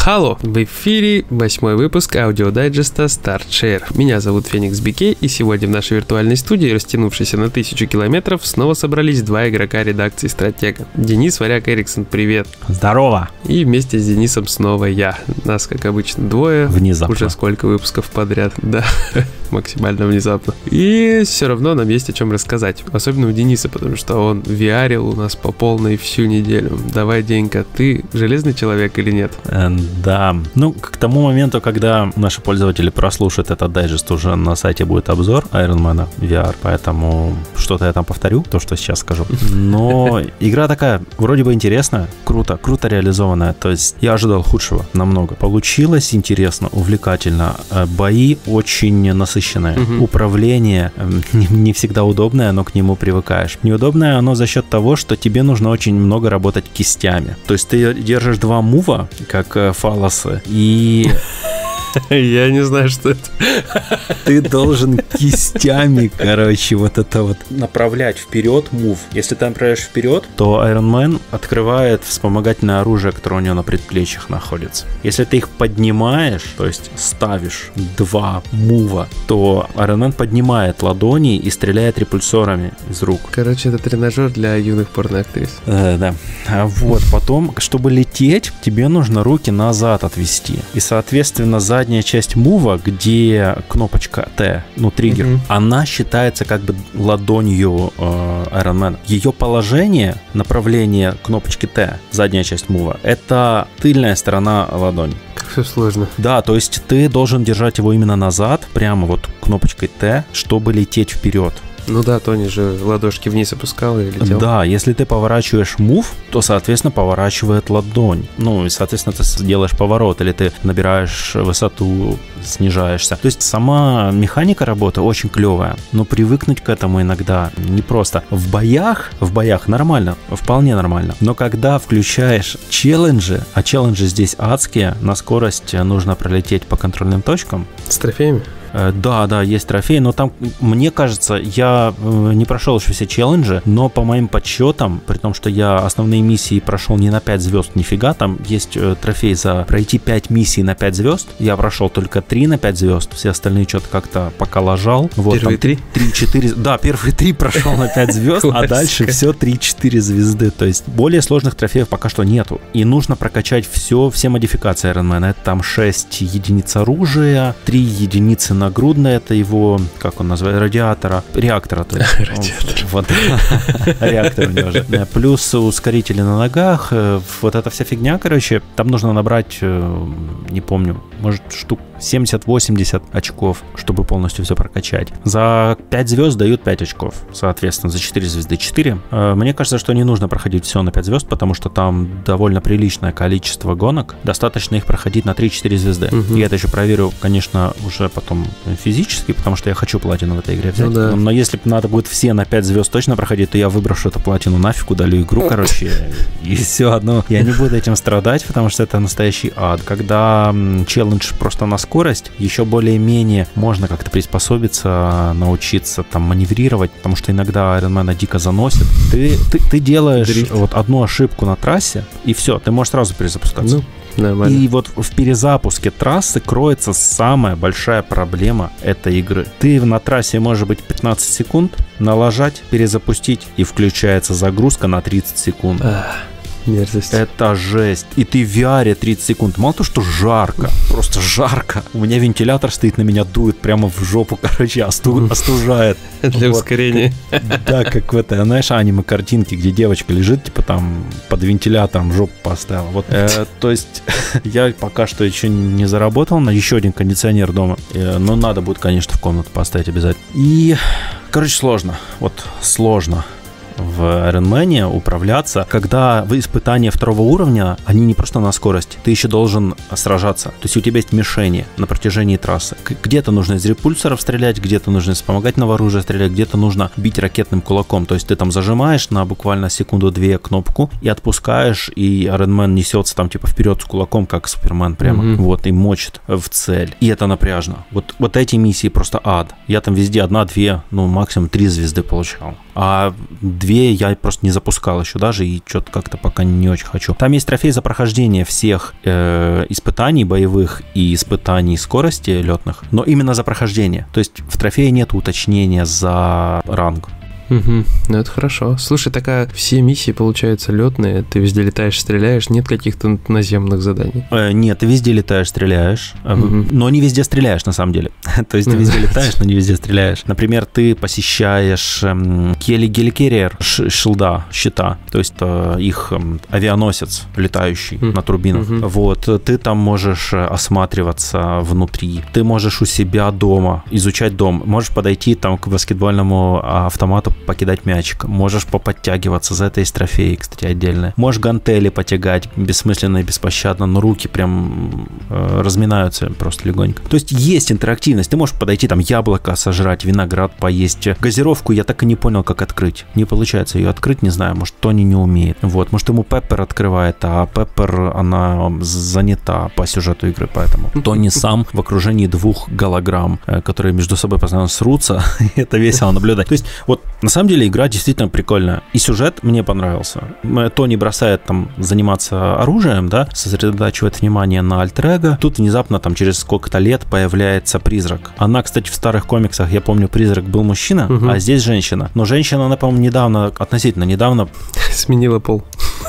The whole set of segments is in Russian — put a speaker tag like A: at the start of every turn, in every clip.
A: Алло, в эфире 8-й выпуск аудиодайджеста StartShare. Меня зовут Феникс Бикей, и сегодня в нашей виртуальной студии, растянувшейся на 1000 километров, снова собрались два игрока редакции Стратега. Денис Варяг Эриксон, привет.
B: Здорово.
A: И вместе с Денисом снова я. Нас, как обычно, двое.
B: Внезапно.
A: Уже сколько выпусков подряд, да, максимально внезапно. И все равно нам есть о чем рассказать. Особенно у Дениса, потому что он виарил у нас по полной всю неделю. Давай, Денька, ты железный человек или нет?
B: Да. Ну, к тому моменту, когда наши пользователи прослушают этот дайджест, уже на сайте будет обзор Ironman VR, поэтому что-то я там повторю, то, что сейчас скажу. Но игра такая, вроде бы интересная, круто реализованная, то есть я ожидал худшего намного. Получилось интересно, увлекательно, бои очень насыщенные, управление не всегда удобное, но к нему привыкаешь. Неудобное оно за счет того, что тебе нужно очень много работать кистями. То есть ты держишь два мува, как фалосы, и...
A: Я не знаю, что это.
B: Ты должен кистями, короче, вот это вот направлять вперед мув. Если ты направляешь вперед, то Iron Man открывает вспомогательное оружие, которое у него на предплечьях находится. Если ты их поднимаешь, то есть ставишь два мува, то Iron Man поднимает ладони и стреляет репульсорами из рук.
A: Короче, это тренажер для юных порноактрис.
B: Да. А вот потом, чтобы лететь, тебе нужно руки назад отвести. И, соответственно, задняя часть мува, где кнопочка Т, ну, триггер, она считается как бы ладонью Iron Man. Ее положение, направление кнопочки Т, задняя часть мува, это тыльная сторона ладони.
A: Как все сложно.
B: Да, то есть ты должен держать его именно назад, прямо вот кнопочкой Т, чтобы лететь вперед.
A: Ну да, Тони же ладошки вниз опускал и летел.
B: Да, если ты поворачиваешь мув, то, соответственно, поворачивает ладонь. Ну, и, соответственно, ты делаешь поворот, или ты набираешь высоту, снижаешься. То есть сама механика работы очень клевая, но привыкнуть к этому иногда непросто. В боях нормально, вполне нормально. Но когда включаешь челленджи, а челленджи здесь адские, на скорость нужно пролететь по контрольным точкам.
A: С трофеями?
B: Да, есть трофеи, но там, мне кажется, я не прошел еще все челленджи, но по моим подсчетам, при том, что я основные миссии прошел не на 5 звезд, нифига, там есть трофей за пройти 5 миссий на 5 звезд, я прошел только 3 на 5 звезд, все остальные что-то как-то пока ложал. Вот,
A: первые 3?
B: 3-4, да, первые 3 прошел на 5 звезд, а дальше все 3-4 звезды, то есть более сложных трофеев пока что нету, и нужно прокачать все модификации Iron Man, это там 6 единиц оружия, 3 единицы нагрудная, это его, как он называет, реактора.
A: Радиатор.
B: Вот, реактор у него же. Плюс ускорители на ногах, вот эта вся фигня, короче, там нужно набрать, не помню, может, штук 70-80 очков, чтобы полностью все прокачать. За 5 звезд дают 5 очков, соответственно, за 4 звезды 4. Мне кажется, что не нужно проходить все на 5 звезд, потому что там довольно приличное количество гонок. Достаточно их проходить на 3-4 звезды. Я это еще проверю, конечно, уже потом физически, потому что я хочу платину в этой игре взять.
A: Ну, да.
B: Но если надо будет все на 5 звезд точно проходить, то я выброшу эту платину нафиг, удалю игру, короче, и все. Но я не буду этим страдать, потому что это настоящий ад. Когда челлендж просто на скорость, еще более-менее можно как-то приспособиться, научиться там маневрировать, потому что иногда Iron Man дико заносит. Ты делаешь вот одну ошибку на трассе, и все, ты можешь сразу перезапускаться.
A: Ну, нормально.
B: И вот в перезапуске трассы кроется самая большая проблема этой игры. Ты на трассе, может быть, 15 секунд налажать, перезапустить, и включается загрузка на 30 секунд.
A: Мерзость.
B: Это жесть. И ты в VR 30 секунд. Мало то, что жарко, просто жарко. У меня вентилятор стоит, на меня дует прямо в жопу, короче, остужает.
A: Для ускорения.
B: Да, как в этой, знаешь, аниме-картинке, где девочка лежит, типа там под вентилятором жопу поставила. Вот, то есть я пока что еще не заработал на еще один кондиционер дома. Но надо будет, конечно, в комнату поставить обязательно. И, короче, сложно. Вот сложно в Iron Man управляться, когда в испытания второго уровня, они не просто на скорость, ты еще должен сражаться. То есть у тебя есть мишени на протяжении трассы. Где-то нужно из репульсоров стрелять, где-то нужно из вспомогательного оружия стрелять, где-то нужно бить ракетным кулаком. То есть ты там зажимаешь на буквально секунду-две кнопку и отпускаешь, и Iron Man несется там типа вперед с кулаком, как Супермен прямо, вот, и мочит в цель. И это напряжно. Вот эти миссии просто ад. Я там везде 1, 2, ну максимум 3 звезды получал. А 2 я просто не запускал еще даже, и что-то как-то пока не очень хочу. Там есть трофей за прохождение всех испытаний боевых и испытаний скорости летных, но именно за прохождение. То есть в трофее нет уточнения за ранг.
A: Угу. Ну это хорошо. Слушай, такая все миссии получаются летные, ты везде летаешь, стреляешь, нет каких-то наземных заданий?
B: Нет, ты везде летаешь, стреляешь, но не везде стреляешь на самом деле. То есть ты везде летаешь, но не везде стреляешь. Например, ты посещаешь геликерриер щита, то есть их авианосец летающий на турбинах. Вот, ты там можешь осматриваться внутри, ты можешь у себя дома изучать дом, можешь подойти там к баскетбольному автомату, покидать мячик, можешь поподтягиваться, за это есть трофеи, кстати, отдельные. Можешь гантели потягать бессмысленно и беспощадно, но руки прям разминаются просто легонько. То есть есть интерактивность, ты можешь подойти там яблоко сожрать, виноград поесть. Газировку я так и не понял, как открыть. Не получается ее открыть, не знаю, может Тони не умеет. Вот, может ему Пеппер открывает, а Пеппер, она занята по сюжету игры, поэтому Тони сам в окружении 2 голограмм, которые между собой постоянно срутся, и это весело наблюдать. То есть вот на самом деле игра действительно прикольная. И сюжет мне понравился. Тони бросает там заниматься оружием, да, сосредотачивает внимание на альтер-эго. Тут внезапно там через сколько-то лет появляется призрак. Она, кстати, в старых комиксах, я помню, призрак был мужчина, а здесь женщина. Но женщина, она, по-моему, относительно недавно
A: сменила пол.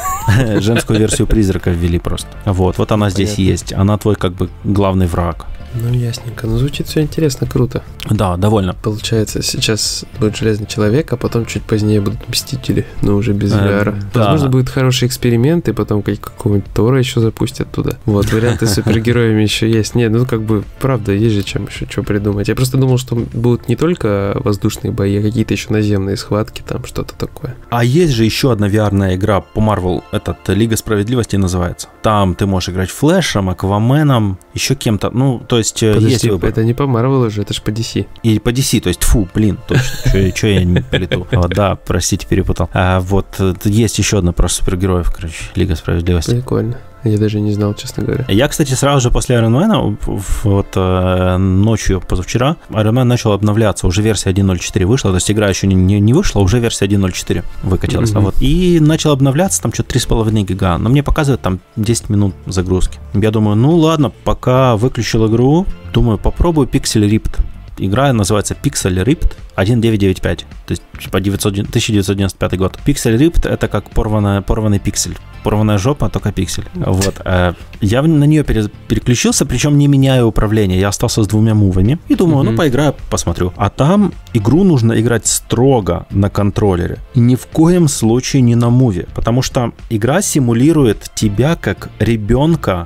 B: Женскую версию призрака ввели просто. Вот она здесь есть. Она твой как бы главный враг.
A: Ну, ясненько. Ну, звучит все интересно, круто.
B: Да, довольно.
A: Получается, сейчас будет Железный Человек, а потом чуть позднее будут Мстители, но уже без VR. Возможно, будет хороший эксперимент, и потом какого-нибудь Тора еще запустят туда. Вот, варианты с супергероями еще есть. Нет, ну, как бы, правда, есть же чем еще что придумать. Я просто думал, что будут не только воздушные бои, а какие-то еще наземные схватки, там что-то такое.
B: А есть же еще одна VR-ная игра по Marvel, Лига Справедливости называется. Там ты можешь играть Флэшем, Акваменом, еще кем-то, ну, то есть
A: подожди,
B: есть выбор.
A: Это не по Marvel уже, это же по DC.
B: И по DC, то есть, точно, что я не полету. Да, простите, перепутал. Вот, есть еще одна про супергероев, короче, Лига Справедливости.
A: Прикольно. Я даже не знал, честно говоря.
B: Я, кстати, сразу же после Iron Man, вот ночью позавчера, Iron Man начал обновляться, уже версия 1.0.4 вышла, то есть игра еще не вышла, уже версия 1.0.4 выкатилась. Вот. И начал обновляться, там что-то 3,5 гига, но мне показывает там 10 минут загрузки. Я думаю, ну ладно, пока выключил игру, думаю, попробую Pixel Ripped. Игра называется Pixel Ripped 1995, то есть типа 1995 год. Pixel Ripped — это как порванный пиксель. Порванная жопа, только пиксель. Вот. Я на нее переключился, причем не меняя управление. Я остался с 2 мувами и думаю, ну поиграю, посмотрю. А там игру нужно играть строго на контроллере. И ни в коем случае не на муве. Потому что игра симулирует тебя как ребенка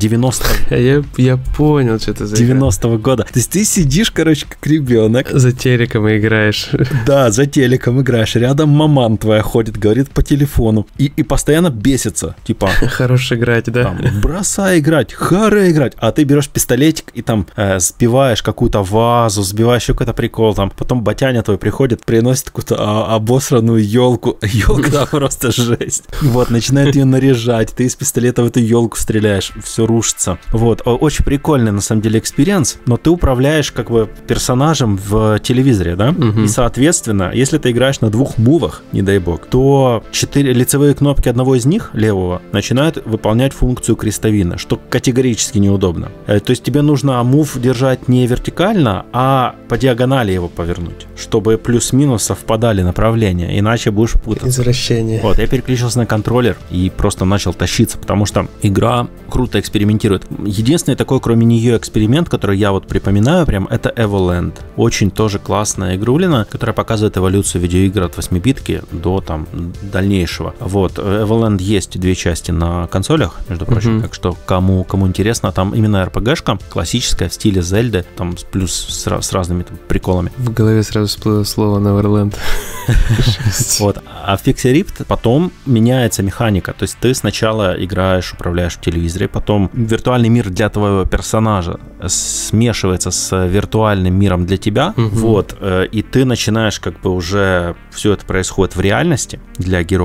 B: 90-го.
A: Я понял, что это за
B: 90-го года. То есть ты сидишь, короче, как ребенок.
A: За телеком играешь.
B: Да, за телеком играешь. Рядом маман твоя ходит, говорит по телефону. И постоянно бесится. Типа,
A: хорош играть, да.
B: Там, бросай играть, харе играть. А ты берешь пистолетик и там сбиваешь какую-то вазу, сбиваешь еще какой-то прикол. Там. Потом батяня твой приходит, приносит какую-то обосранную елку. Елка просто жесть. Вот, начинает ее наряжать. Ты из пистолета в эту елку стреляешь. Все рушится. Вот. Очень прикольный, на самом деле, экспириенс. Но ты управляешь как бы персонажем в телевизоре, да? И, соответственно, если ты играешь на 2 мувах, не дай бог, то 4 лицевые кнопки одного из них, левого, начинают выполнять функцию крестовина, что категорически неудобно. То есть тебе нужно мув держать не вертикально, а по диагонали его повернуть, чтобы плюс-минус совпадали направления, иначе будешь путаться.
A: Извращение.
B: Вот, я переключился на контроллер и просто начал тащиться, потому что игра круто экспериментирует. Единственный такой, кроме нее, эксперимент, который я вот припоминаю прям, это Evoland. Очень тоже классная игрулина, которая показывает эволюцию видеоигр от 8-битки до там дальнейшего. Вот, Evoland есть 2 части на консолях, между прочим, так что кому интересно, там именно RPG-шка, классическая, в стиле Зельды, там плюс с разными там приколами.
A: В голове сразу всплыло слово Neverland.
B: Вот. А в Pixel Ripped потом меняется механика, то есть ты сначала играешь, управляешь в телевизоре, потом виртуальный мир для твоего персонажа смешивается с виртуальным миром для тебя, вот, и ты начинаешь как бы уже, все это происходит в реальности для героя.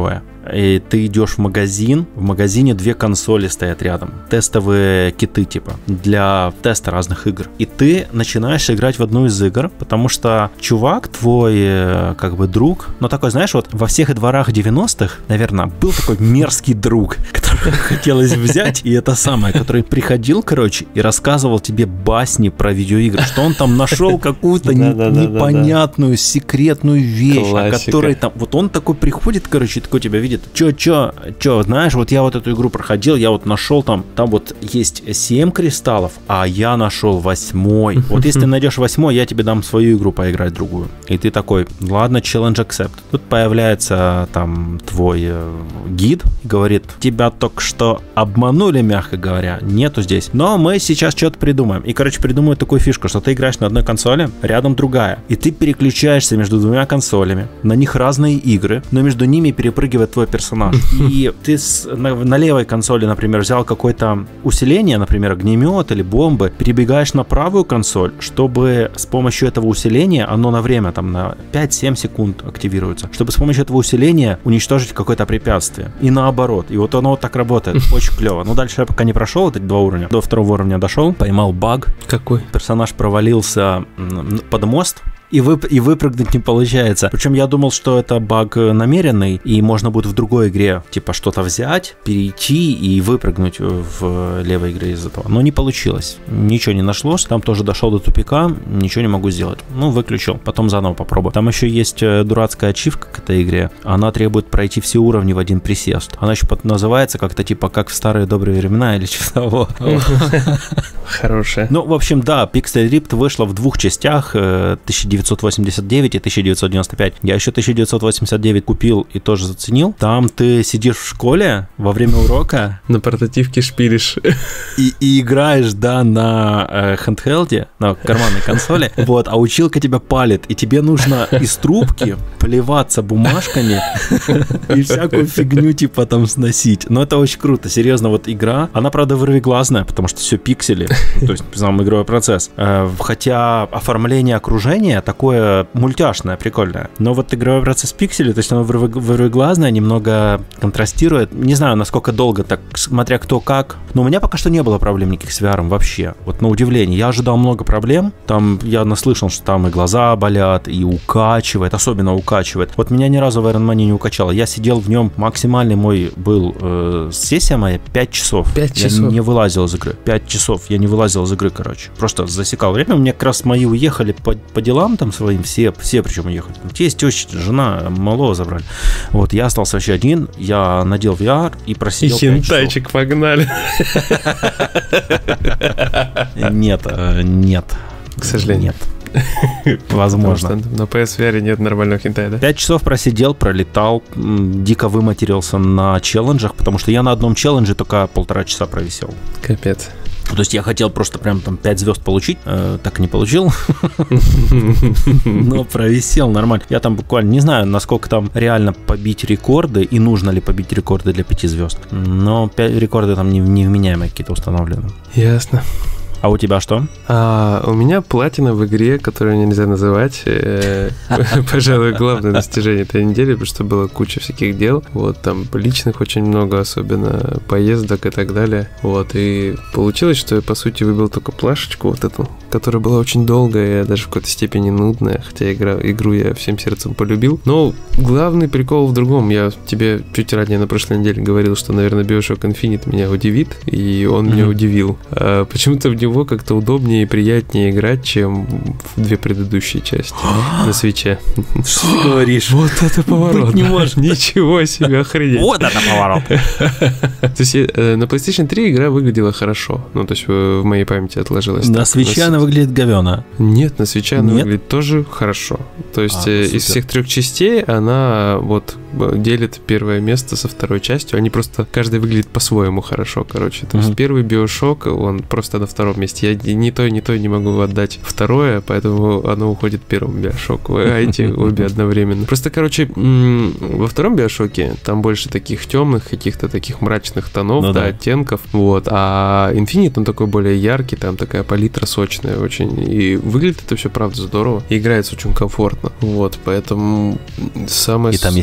B: и ты идешь в магазине 2 консоли стоят рядом, тестовые киты типа, для теста разных игр. И ты начинаешь играть в одну из игр, потому что чувак твой, как бы друг, но такой, знаешь, вот во всех дворах 90-х, наверное, был такой мерзкий друг, которого хотелось взять, и это самое, который приходил, короче, и рассказывал тебе басни про видеоигры, что он там нашел какую-то непонятную секретную вещь, о которой там, вот он такой приходит, короче, такой тебя видит, чё, знаешь, вот я вот эту игру проходил, я вот нашел там вот есть 7 кристаллов, а я нашел 8. Вот если ты найдешь 8, я тебе дам свою игру поиграть другую. И ты такой, ладно, challenge accept. Тут появляется там твой гид и говорит, тебя только что обманули, мягко говоря, нету здесь. Но мы сейчас что-то придумаем. И, короче, придумают такую фишку, что ты играешь на одной консоли, рядом другая. И ты переключаешься между 2 консолями. На них разные игры, но между ними перепрыгивает твой персонаж. И ты на левой консоли, например, взял какое-то усиление, например, огнемет или бомбы, перебегаешь на правую консоль, чтобы с помощью этого усиления, оно на время, там, на 5-7 секунд активируется, чтобы с помощью этого усиления уничтожить какое-то препятствие. И наоборот. И вот оно вот так работает. Очень клево. Но дальше я пока не прошел вот эти 2 уровня. До 2-го уровня дошел, поймал баг.
A: Какой?
B: Персонаж провалился под мост. И выпрыгнуть не получается. Причем я думал, что это баг намеренный, и можно будет в другой игре типа что-то взять, перейти и выпрыгнуть в левой игре из этого. Но не получилось. Ничего не нашлось. Там тоже дошел до тупика, ничего не могу сделать. Ну, выключил. Потом заново попробую. Там еще есть дурацкая ачивка к этой игре. Она требует пройти все уровни в один присест. Она еще называется как-то типа как в старые добрые времена или что-то того.
A: Хорошая.
B: Ну, в общем, да, Pixel Ripped вышла в 2 частях, 1989 и 1995. Я еще 1989 купил и тоже заценил. Там ты сидишь в школе во время урока.
A: На портативке шпилишь.
B: И играешь, да, на хендхелде, на карманной консоли. Вот, а училка тебя палит, и тебе нужно из трубки плеваться бумажками и всякую фигню типа там сносить. Но это очень круто, серьезно, вот игра. Она, правда, вырвиглазная, потому что все пиксели. То есть, сам игровой процесс. Хотя оформление окружения такое мультяшное, прикольное. Но вот игровой процесс пиксели, то есть оно вырвиглазное, немного контрастирует. Не знаю, насколько долго, так, смотря кто как. Но у меня пока что не было проблем никаких с VR вообще. Вот на удивление. Я ожидал много проблем. Там я наслышал, что там и глаза болят, и укачивает, особенно укачивает. Вот меня ни разу в Iron Man не укачало. Я сидел в нем, максимальный мой был сессия моя 5 часов.
A: 5 часов?
B: Я не вылазил из игры. 5 часов я не вылазил из игры, короче. Просто засекал время. У меня как раз мои уехали по делам там своим, все причем уехали. Тесть, теща, жена, малого забрали. Вот, я остался вообще один, я надел VR и просидел 5 часов. И
A: хентайчик погнали.
B: Нет.
A: К сожалению.
B: Нет. Возможно.
A: На PSVR нет нормального хентай, да?
B: 5 часов просидел, пролетал, дико выматерился на челленджах, потому что я на одном челлендже только 1,5 часа провисел.
A: Капец.
B: То есть я хотел просто прям там 5 звезд получить, так и не получил, но провисел нормально. Я там буквально не знаю, насколько там реально побить рекорды и нужно ли побить рекорды для 5 звезд, но 5 рекорды там невменяемые какие-то установлены.
A: Ясно.
B: А у тебя что?
A: У меня платина в игре, которую нельзя называть. Пожалуй, главное достижение этой недели, потому что было куча всяких дел. Вот, там личных очень много, особенно поездок и так далее. Вот, и получилось, что я, по сути, выбил только плашечку вот эту, которая была очень долгая, даже в какой-то степени нудная, хотя игру я всем сердцем полюбил. Но главный прикол в другом. Я тебе чуть ранее на прошлой неделе говорил, что, наверное, Bioshock Infinite меня удивит, и он меня удивил. Почему-то в него как-то удобнее и приятнее играть, чем в 2 предыдущие части на свитче.
B: Что ты говоришь?
A: Вот это поворот.
B: Не можешь.
A: Ничего себе, охренеть.
B: Вот это поворот.
A: То есть на PlayStation 3 игра выглядела хорошо. Ну, то есть в моей памяти отложилась.
B: На свитче она выглядит говёно.
A: Нет, на свитче она выглядит тоже хорошо. То есть из всех 3 частей она вот делит первое место со второй частью. Они просто, каждый выглядит по-своему хорошо, короче. То есть первый Bioshock, он просто на втором месте. Я ни то не могу отдать второе, поэтому оно уходит первым Bioshock. А эти обе одновременно. Просто, короче, во втором Биошоке там больше таких темных, каких-то таких мрачных тонов, ну, да, оттенков. Вот. А Infinite, он такой более яркий, там такая палитра сочная очень. И выглядит это все, правда, здорово. И играется очень комфортно. Вот, поэтому самое...
B: И там есть Элизабет.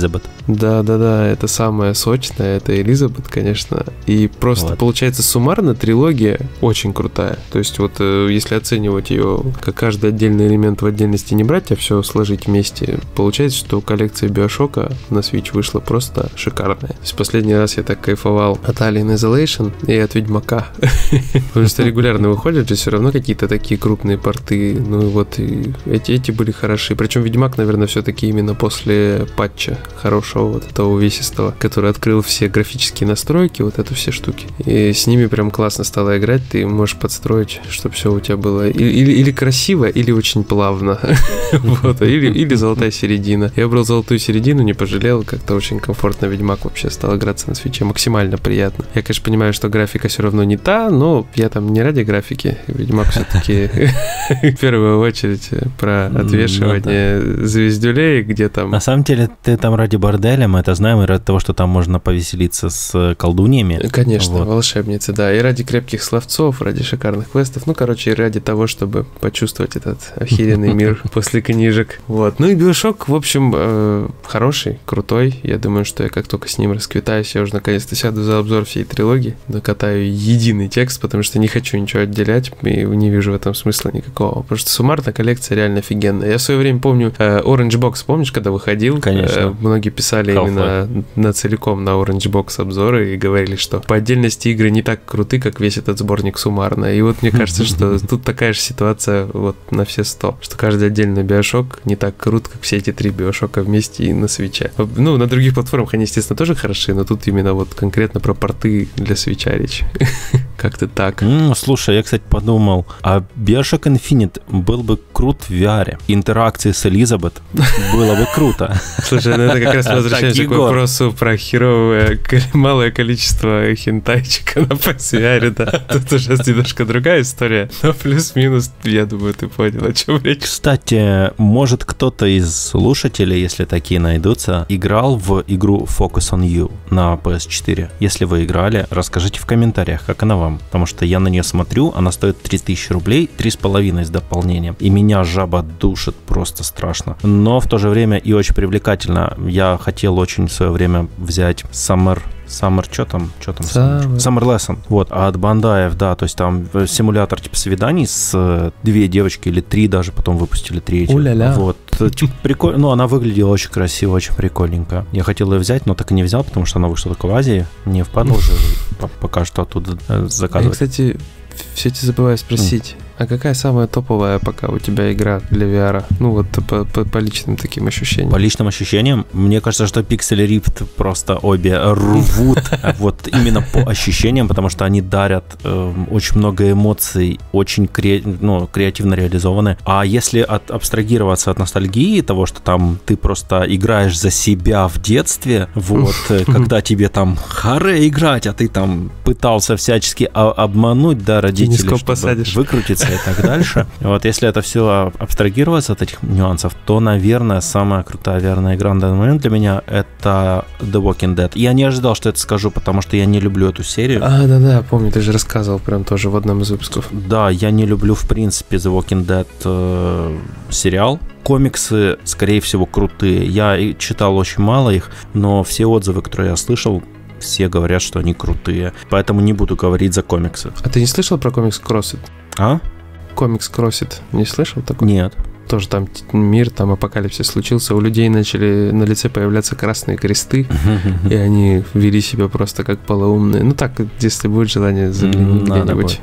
B: Элизабет.
A: Да, это самое сочное, это Элизабет, конечно. И просто получается суммарно трилогия очень крутая. То есть вот если оценивать ее как каждый отдельный элемент в отдельности не брать, а все сложить вместе, получается, что коллекция Биошока на Switch вышла просто шикарная. То есть последний раз я так кайфовал от Alien Isolation и от Ведьмака. Потому что регулярно выходят же все равно какие-то такие крупные порты. Ну и вот и эти были хороши. Причем Ведьмак, наверное, все-таки именно после патча хорошего вот этого увесистого, который открыл все графические настройки, вот это все штуки. И с ними прям классно стало играть. Ты можешь подстроить, чтобы все у тебя было или красиво, или очень плавно. Вот, или золотая середина. Я выбрал золотую середину, не пожалел, как-то очень комфортно. Ведьмак вообще стал играться на Switch, максимально приятно. Я, конечно, понимаю, что графика все равно не та, но я там не ради графики. Ведьмак все-таки в первую очередь про отвешивание звездюлей, где там...
B: На самом деле, ты там ради борделя, мы это знаем, и ради того, что там можно повеселиться с колдуньями.
A: Конечно, волшебницы, да. И ради крепких словцов, ради шикарных квестов. Ну, короче, и ради того, чтобы почувствовать этот охеренный мир после книжек. Вот. Ну и Биошок, в общем, хороший, крутой. Я думаю, что я как только с ним расквитаюсь, я уже наконец-то сяду за обзор всей трилогии, накатаю единый текст, потому что не хочу ничего отделять, и не вижу в этом смысла никакого. Потому что суммарно коллекция реально офигенная. Я в свое время помню Orange Box, помнишь, когда выходил?
B: Конечно.
A: Многие писали именно целиком на Orange Box обзоры и говорили, что по отдельности игры не так круты, как весь этот сборник суммарно. И вот мне кажется, что тут такая же ситуация вот на все 100, что каждый отдельный Биошок не так крут, как все эти 3 Биошока вместе и на Switch. Ну, на других платформах они, естественно, тоже хороши, но тут именно вот конкретно про порты для Switch речь. Как-то так.
B: Слушай, я, кстати, подумал, а Bioshock Infinite был бы крут в VR. Интеракции с Элизабет было бы круто.
A: Слушай, ну это как раз возвращаемся к вопросу про херовое малое количество хентайчика на PSVR, да. Тут уже немножко другая история, но плюс-минус, я думаю, ты понял, о чем речь.
B: Кстати, может кто-то из слушателей, если такие найдутся, играл в игру Focus on You на PS4? Если вы играли, расскажите в комментариях, как она вам. Потому что я на нее смотрю, она стоит 3000 рублей, 3,5 с дополнением. И меня жаба душит просто страшно. Но в то же время и очень привлекательно. Я хотел очень в свое время взять Summer, что там? Summer Lesson. Вот, а от Бандаев, да, то есть там симулятор типа свиданий с 2 девочки или 3 даже, потом выпустили 3.
A: У-ля-ля.
B: Вот, типа, прикольно, ну, она выглядела очень красиво, очень прикольненько. Я хотел ее взять, но так и не взял, потому что она вышла только в Азии. Не впадло уже пока что оттуда заказывать.
A: Я, кстати, все тебе забываю спросить. А какая самая топовая пока у тебя игра для VR? Ну вот по личным таким ощущениям.
B: По личным ощущениям, мне кажется, что Pixel Rift просто обе рвут вот именно по ощущениям, потому что они дарят очень много эмоций, очень креативно реализованы. А если абстрагироваться от ностальгии, того, что там ты просто играешь за себя в детстве, вот, когда тебе там харе играть, а ты там пытался всячески обмануть, да, родителей, чтобы выкрутиться и так дальше. Вот, если это все абстрагироваться от этих нюансов, то, наверное, самая крутая VR игра на данный момент для меня — это The Walking Dead. Я не ожидал, что это скажу, потому что я не люблю эту серию.
A: Да, помню, ты же рассказывал прям тоже в одном из выпусков.
B: Да, я не люблю, в принципе, The Walking Dead сериал. Комиксы, скорее всего, крутые. Я читал очень мало их, но все отзывы, которые я слышал, все говорят, что они крутые. Поэтому не буду говорить за комиксы.
A: А ты не слышал про комикс Crossed?
B: А?
A: Комикс Crossed. Не слышал такой?
B: Нет.
A: Тоже там мир, там апокалипсис случился, у людей начали на лице появляться красные кресты, и они вели себя просто как полоумные. Ну так, если будет желание, загляни где-нибудь.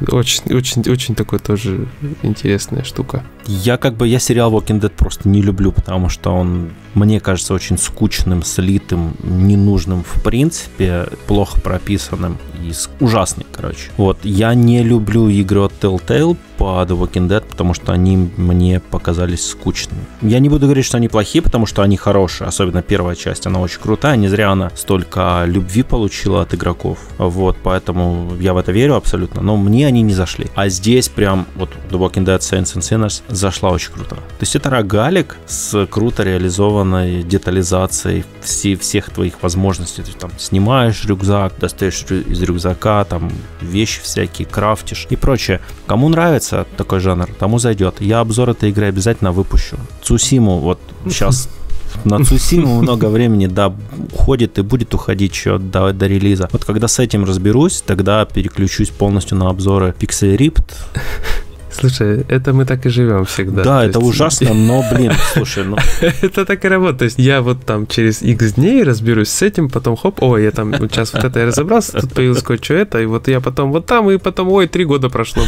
A: Очень такой тоже интересная штука.
B: Я сериал Walking Dead просто не люблю, потому что он, мне кажется, очень скучным, слитым, ненужным в принципе, плохо прописанным и ужасный, короче. Вот, я не люблю игры от Telltale по The Walking Dead, потому что они мне показались скучными. Я не буду говорить, что они плохие, потому что они хорошие, особенно первая часть, она очень крутая, не зря она столько любви получила от игроков, вот, поэтому я в это верю абсолютно, но мне они не зашли. А здесь прям, вот, The Walking Dead Saints and Sinners зашла очень круто. То есть это рогалик с круто реализованной детализацией всех твоих возможностей. Ты там снимаешь рюкзак, достаешь из рюкзака, там вещи всякие, крафтишь и прочее. Кому нравится такой жанр, тому зайдет. Я обзор этой игры обязательно выпущу. Цусиму вот сейчас На Цусиму много времени, да, уходит и будет уходить еще до релиза. Вот когда с этим разберусь, тогда переключусь полностью на обзоры Pixel Ripped.
A: Слушай, это мы так и живем всегда.
B: Да, это ужасно, но, блин, слушай, ну...
A: Это так и работает. То есть я вот там через X дней разберусь с этим, потом хоп, ой, я там сейчас вот это я разобрался, тут появилось кое-что это, и вот я потом вот там, и потом, ой, 3 года прошло.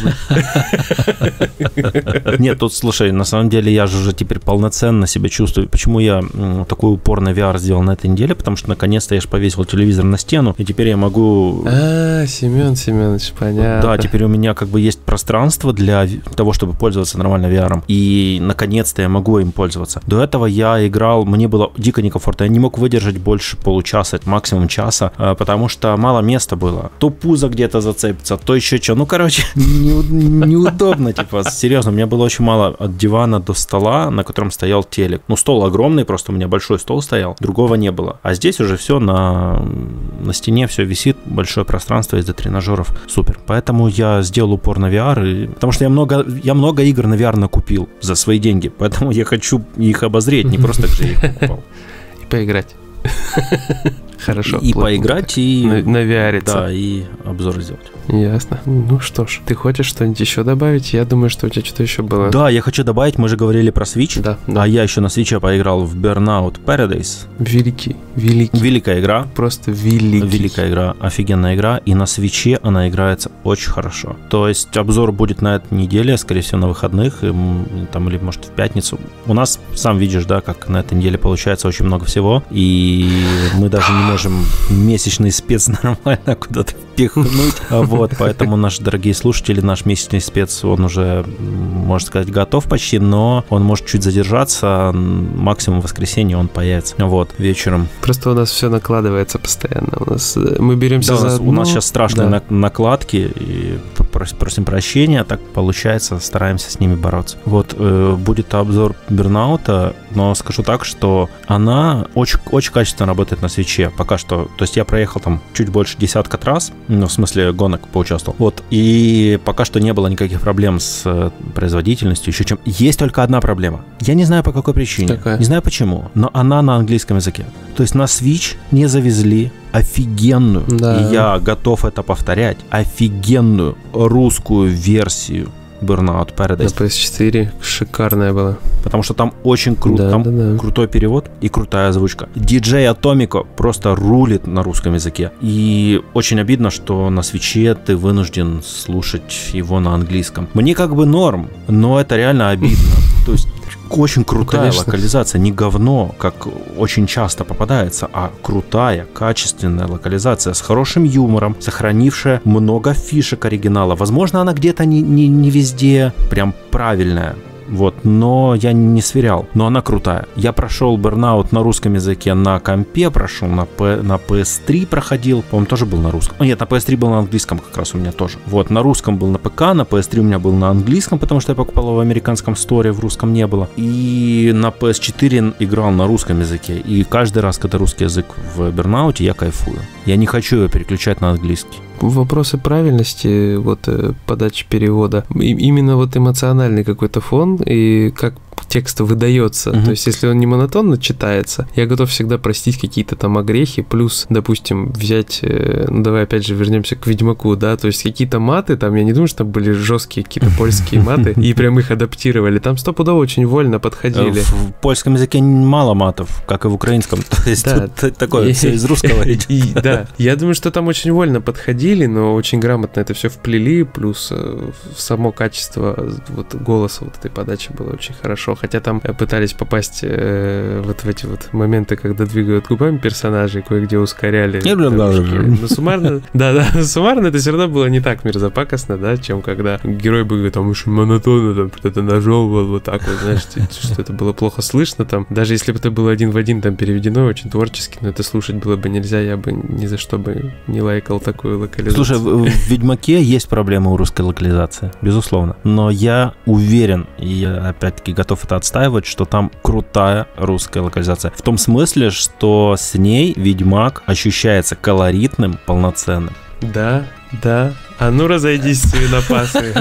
B: Нет, тут, слушай, на самом деле я же уже теперь полноценно себя чувствую. Почему я такой упор на VR сделал на этой неделе? Потому что наконец-то я же повесил телевизор на стену, и теперь я могу...
A: Семен Семенович, понятно.
B: Да, теперь у меня как бы есть пространство для того, чтобы пользоваться нормально VR. И наконец-то я могу им пользоваться. До этого я играл, мне было дико некомфортно. Я не мог выдержать больше получаса, максимум часа, потому что мало места было. То пузо где-то зацепится, то еще что. Ну, короче, неудобно, типа, серьезно. У меня было очень мало от дивана до стола, на котором стоял телек. Ну, стол огромный, просто у меня большой стол стоял, другого не было. А здесь уже все на стене, все висит, большое пространство из-за тренажеров. Супер. Поэтому я сделал упор на VR, потому что я много игр на VR накупил за свои деньги, поэтому я хочу их обозреть, не просто так же я их покупал.
A: И поиграть. Хорошо.
B: И поиграть, и...
A: На VR.
B: Да, и обзор сделать.
A: Ясно. Ну что ж, ты хочешь что-нибудь еще добавить? Я думаю, что у тебя что-то еще было.
B: Да, я хочу добавить, мы же говорили про Switch.
A: Да.
B: А я еще на Switch поиграл в Burnout Paradise. Великая игра.
A: Просто великая
B: игра, офигенная игра. И на Switch она играется очень хорошо. То есть обзор будет на этой неделе, скорее всего, на выходных, там, или, может, в пятницу. У нас, сам видишь, да, как на этой неделе получается очень много всего. И мы даже не можем месячный спец нормально куда-то впихнуть. Вот, поэтому наши дорогие слушатели, наш месячный спец, он уже, можно сказать, готов почти, но он может чуть задержаться. Максимум в воскресенье он появится. Вот, вечером.
A: Просто у нас все накладывается постоянно. Мы беремся за одно.
B: У нас сейчас страшные накладки, и просим прощения, так получается, стараемся с ними бороться. Вот, будет обзор Бернаута, но скажу так, что она очень, очень качественно работает на Switch'е пока что. То есть я проехал там чуть больше 10 раз, ну, в смысле гонок поучаствовал. Вот, и пока что не было никаких проблем с производительностью, еще чем. Есть только одна проблема. Я не знаю по какой причине, не знаю почему, но она на английском языке. То есть на Switch не завезли офигенную, и я готов это повторять, офигенную русскую версию Burnout Paradise.
A: На PS4 шикарная была.
B: Потому что там очень круто, крутой перевод и крутая озвучка. DJ Atomico просто рулит на русском языке. И очень обидно, что на Switch'е ты вынужден слушать его на английском. Мне как бы норм, но это реально обидно. То есть очень крутая локализация, не говно, как очень часто попадается, а крутая, качественная локализация с хорошим юмором, сохранившая много фишек оригинала. Возможно, она где-то не везде прям правильная. Вот, но я не сверял. Но она крутая. Я прошел Burnout на русском языке на компе, прошел на PS3 проходил. По-моему, тоже был на русском. Нет, на PS3 был на английском как раз у меня тоже. Вот, на русском был на ПК, на PS3 у меня был на английском, потому что я покупал его в американском сторе, в русском не было. И на PS4 играл на русском языке. И каждый раз, когда русский язык в Burnout, я кайфую. Я не хочу его переключать на английский.
A: Вопросы правильности вот подачи перевода, именно вот эмоциональный какой-то фон и как текст выдается. То есть, если он не монотонно читается, я готов всегда простить какие-то там огрехи, плюс, допустим, взять, ну давай опять же вернемся к Ведьмаку, да, то есть какие-то маты, там, я не думаю, что там были жесткие какие-то польские маты, и прям их адаптировали, там стопудово очень вольно подходили.
B: В польском языке мало матов, как и в украинском, то есть тут такое все из русского идет.
A: Да, я думаю, что там очень вольно подходили, но очень грамотно это все вплели, плюс само качество вот голоса вот этой подачи было очень хорошо. Хотя там пытались попасть вот в эти вот моменты, когда двигают губами персонажей, кое-где ускоряли. Но суммарно, суммарно это все равно было не так мерзопакостно, да, чем когда герой бы там очень монотонно там что-то нажевывал вот так вот, знаешь, что это было плохо слышно там. Даже если бы это было один в один там переведено очень творчески, но это слушать было бы нельзя, я бы ни за что бы не лайкал такую локализацию.
B: Слушай, в Ведьмаке есть проблемы у русской локализации, безусловно, но я уверен, и я опять-таки готов это отстаивать, что там крутая русская локализация. В том смысле, что с ней Ведьмак ощущается колоритным, полноценным.
A: Да, А ну разойдись, свинопасы.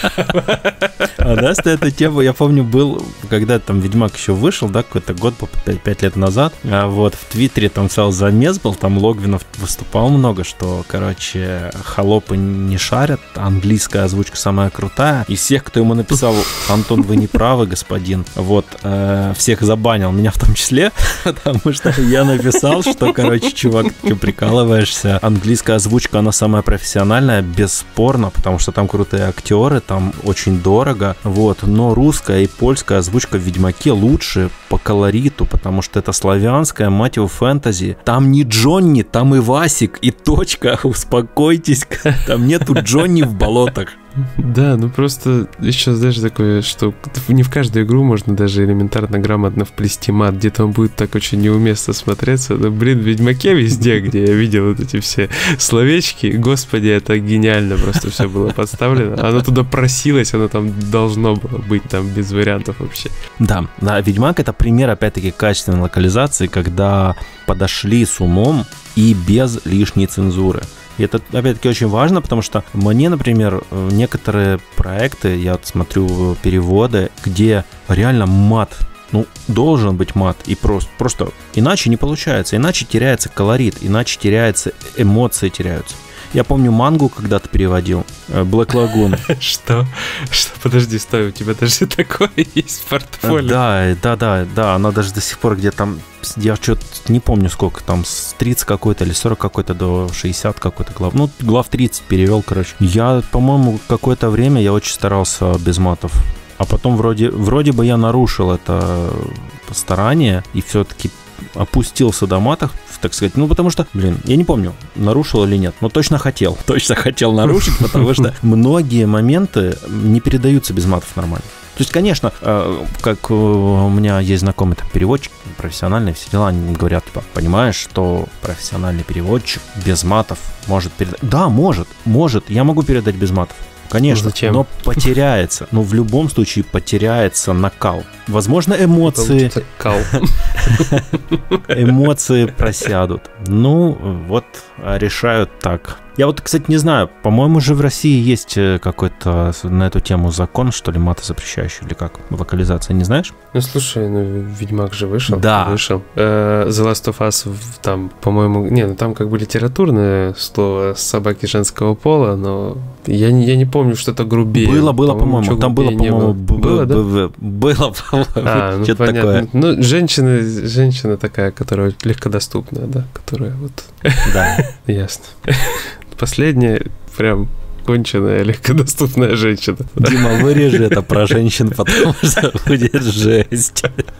B: А да, эту тему, я помню, был, когда там Ведьмак еще вышел, да, какой-то год, 5 лет назад, вот в Твиттере там целый замес был, там Логвинов выступал много, что, короче, холопы не шарят, английская озвучка самая крутая, и всех, кто ему написал: Антон, вы не правы, господин, вот, всех забанил, меня в том числе, потому что я написал, что, короче, чувак, ты прикалываешься, английская озвучка, она самая профессиональная, бесспорно, потому что там крутые актеры, там очень дорого, вот, но русская и польская озвучка в Ведьмаке лучше по колориту, потому что это славянская, мать его, фэнтези. Там не Джонни, там и Васик, и точка, успокойтесь, там нету Джонни в болотах.
A: Да, ну просто еще, знаешь, такое, что не в каждую игру можно даже элементарно грамотно вплести мат, где-то он будет так очень неуместно смотреться. Но, блин, в Ведьмаке везде, где я видел вот эти все словечки, господи, это гениально просто все было подставлено. Оно туда просилось, оно там должно было быть, там без вариантов вообще.
B: Да, Ведьмак — это пример, опять-таки, качественной локализации, когда подошли с умом и без лишней цензуры. И это, опять-таки, очень важно, потому что мне, например, некоторые проекты, я вот смотрю переводы, где реально мат, ну, должен быть мат, и просто иначе не получается, иначе теряется колорит, иначе теряется, эмоции теряются. Я помню мангу когда-то переводил, Black Lagoon.
A: Что? Подожди, стой, у тебя даже такое есть в портфолио?
B: Да, она даже до сих пор где-то там, я что-то не помню сколько, там с 30 какой-то или 40 какой-то до 60 какой-то глав. Ну, глав 30 перевел, короче. Я, по-моему, какое-то время я очень старался без матов. А потом вроде бы я нарушил это старание и все-таки опустился до матов, так сказать, ну, потому что, я не помню, нарушил или нет, но точно хотел нарушить, потому что многие моменты не передаются без матов нормально. То есть, конечно, как у меня есть знакомый там переводчик, профессиональный, все дела, они говорят, типа, понимаешь, что профессиональный переводчик без матов может передать? Да, может, я могу передать без матов. Конечно, но потеряется. Но в любом случае потеряется накал. Возможно, эмоции просядут. Ну, вот решают так. Я вот, кстати, не знаю, по-моему, же в России есть какой-то на эту тему закон, что ли, маты запрещающий, или как, локализация, не знаешь?
A: Ну, слушай, Ведьмак же вышел.
B: Да.
A: Вышел. The Last of Us, там, по-моему, там как бы литературное слово «собаки женского пола», но я не помню, что-то грубее.
B: Было, по-моему, там было, по-моему,
A: было, да?
B: Было, по-моему,
A: ну,
B: что-то такое.
A: Ну, женщина такая, которая легкодоступная, да, которая вот...
B: Да.
A: Ясно. Последняя прям конченая, легкодоступная женщина.
B: Дима, вырежи это про женщин, потому что будет жесть.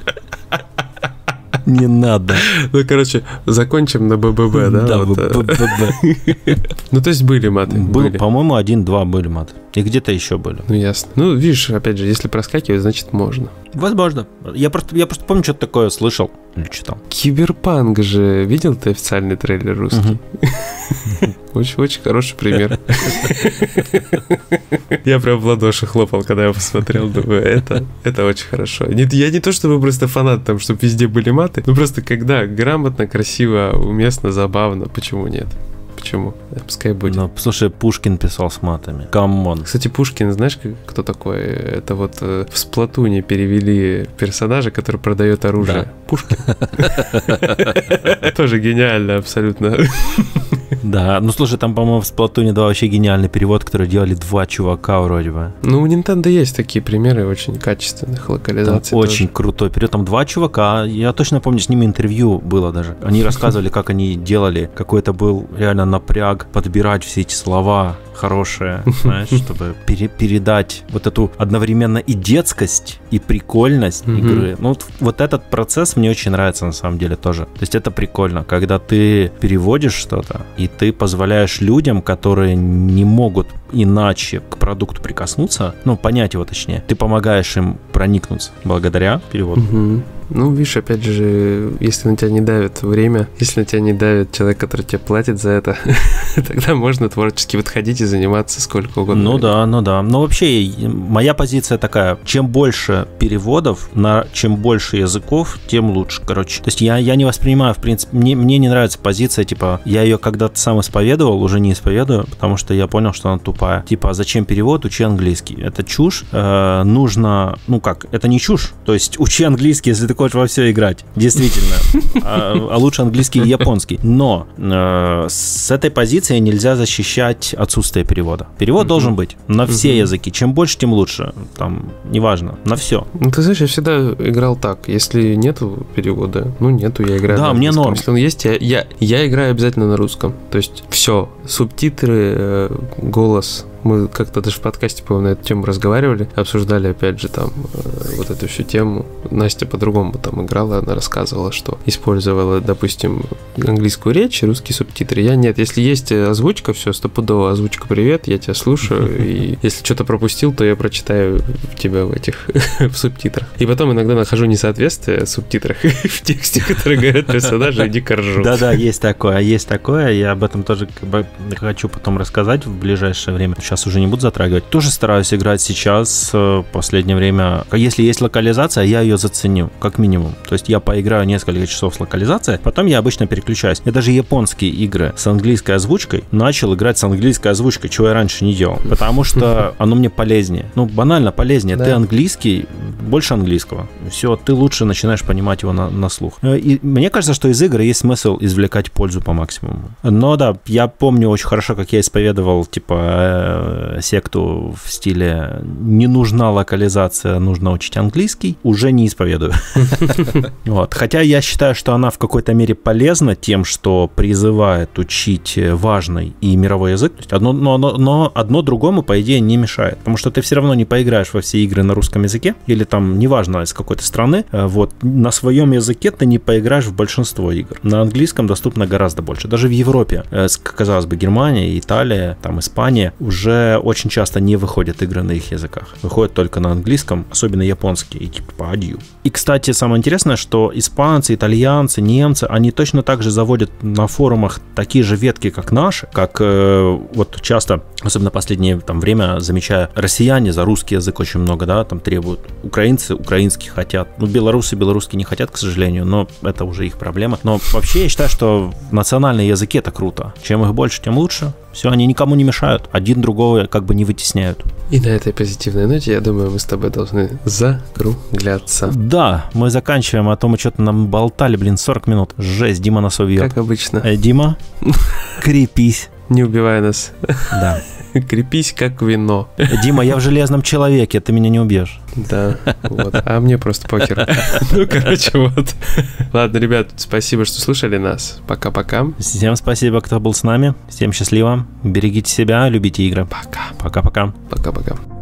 B: Не надо.
A: Ну, короче, закончим на БББ, да?
B: Да, БББ.
A: Ну, то есть были маты?
B: Были. По-моему, 1-2 были маты. И где-то еще были.
A: Ну, ясно. Ну, видишь, опять же, если проскакивать, значит, можно.
B: Возможно. Я просто помню, что-то такое слышал или читал.
A: Киберпанк же. Видел ты официальный трейлер русский? Очень хороший пример. Я прям в ладоши хлопал, когда я посмотрел, думаю, это очень хорошо. Я не то чтобы просто фанат там, чтобы везде были маты, но просто когда грамотно, красиво, уместно, забавно, почему нет? Почему? Пускай будет.
B: Ну, слушай, Пушкин писал с матами. Камон.
A: Кстати, Пушкин, знаешь, кто такой? Это вот в Сплатуне перевели персонажа, который продает оружие. Да. Пушкин. Тоже гениально абсолютно.
B: Да, ну слушай, там, по-моему, в Сплатуне 2 вообще гениальный перевод, который делали 2 чувака вроде бы.
A: Ну, у Nintendo есть такие примеры очень качественных локализаций.
B: Там очень крутой перевод. Там 2 чувака, я точно помню, с ними интервью было даже. Они рассказывали, как они делали. Какой-то был реально напряг подбирать все эти слова хорошие, знаешь, чтобы передать вот эту одновременно и детскость, и прикольность игры. Ну, вот этот процесс мне очень нравится на самом деле тоже. То есть это прикольно, когда ты переводишь что-то, и ты позволяешь людям, которые не могут иначе к продукту прикоснуться, ну, понять его точнее, ты помогаешь им проникнуться благодаря переводу.
A: Ну, видишь, опять же, если на тебя не давит время, если на тебя не давит человек, который тебе платит за это, тогда можно творчески подходить и заниматься сколько угодно.
B: Ну да. Но вообще, моя позиция такая, чем больше переводов на чем больше языков, тем лучше, короче. То есть я не воспринимаю, в принципе, мне не нравится позиция, типа, я ее когда-то сам исповедовал, уже не исповедую, потому что я понял, что она тупая. Типа, а зачем перевод, учи английский. Это чушь, нужно, это не чушь, то есть учи английский, если ты хочешь во все играть, действительно, а лучше английский и японский. Но с этой позиции нельзя защищать отсутствие перевода. Перевод должен быть на все языки, чем больше, тем лучше, там, неважно, на все.
A: Ну, ты знаешь, я всегда играл так, если нету перевода, нету, я играю
B: на
A: английском.
B: мне норм.
A: Если он есть, я играю обязательно на русском, то есть все, субтитры, голос. Мы как-то даже в подкасте, по-моему, на эту тему разговаривали, обсуждали, опять же, там, вот эту всю тему. Настя по-другому там играла, она рассказывала, что использовала, допустим, английскую речь, русские субтитры. Я нет, если есть озвучка, все, стопудово, озвучка, привет, я тебя слушаю, и если что-то пропустил, то я прочитаю тебя в этих, в субтитрах. И потом иногда нахожу несоответствие в субтитрах в тексте, который говорят персонажи, иди-ка ржу.
B: Да, есть такое, я об этом тоже хочу потом рассказать в ближайшее время. Сейчас уже не буду затрагивать. Тоже стараюсь играть сейчас, в последнее время. Если есть локализация, я ее заценю, как минимум. То есть я поиграю несколько часов с локализацией, потом я обычно переключаюсь. Я даже японские игры с английской озвучкой начал играть с английской озвучкой, чего я раньше не делал. Потому что оно мне полезнее. Банально полезнее. Да. Ты английский, больше английского. Все, ты лучше начинаешь понимать его на слух. И мне кажется, что из игр есть смысл извлекать пользу по максимуму. Но да, я помню очень хорошо, как я исповедовал, типа, секту в стиле «не нужна локализация, нужно учить английский», уже не исповедую. Хотя я считаю, что она в какой-то мере полезна тем, что призывает учить важный и мировой язык. Но одно другому, по идее, не мешает. Потому что ты все равно не поиграешь во все игры на русском языке, или там, неважно, из какой-то страны, на своем языке ты не поиграешь в большинство игр. На английском доступно гораздо больше. Даже в Европе, казалось бы, Германия, Италия, там, Испания, уже очень часто не выходят игры на их языках. Выходят только на английском, особенно японский, и типа падью. И, кстати, самое интересное, что испанцы, итальянцы, немцы, они точно так же заводят на форумах такие же ветки, как наши, как часто, особенно в последнее время, замечаю, россияне за русский язык очень много, да, там требуют. Украинцы украинский хотят. Белорусы белорусский не хотят, к сожалению, но это уже их проблема. Но вообще я считаю, что национальные языки — это круто. Чем их больше, тем лучше. Все, они никому не мешают. Один другого как бы не вытесняют.
A: И на этой позитивной ноте, я думаю, мы с тобой должны закругляться.
B: Да, мы заканчиваем, а то мы что-то нам болтали, 40 минут. Жесть, Дима нас увел.
A: Как обычно.
B: Дима, крепись.
A: Не убивай нас.
B: Да.
A: Крепись, как вино.
B: Дима, я в железном человеке, ты меня не убьешь.
A: Да, а мне просто покер. Вот. Ладно, ребят, спасибо, что слушали нас. Пока-пока.
B: Всем спасибо, кто был с нами. Всем счастливо. Берегите себя, любите игры.
A: Пока.
B: Пока-пока.
A: Пока-пока.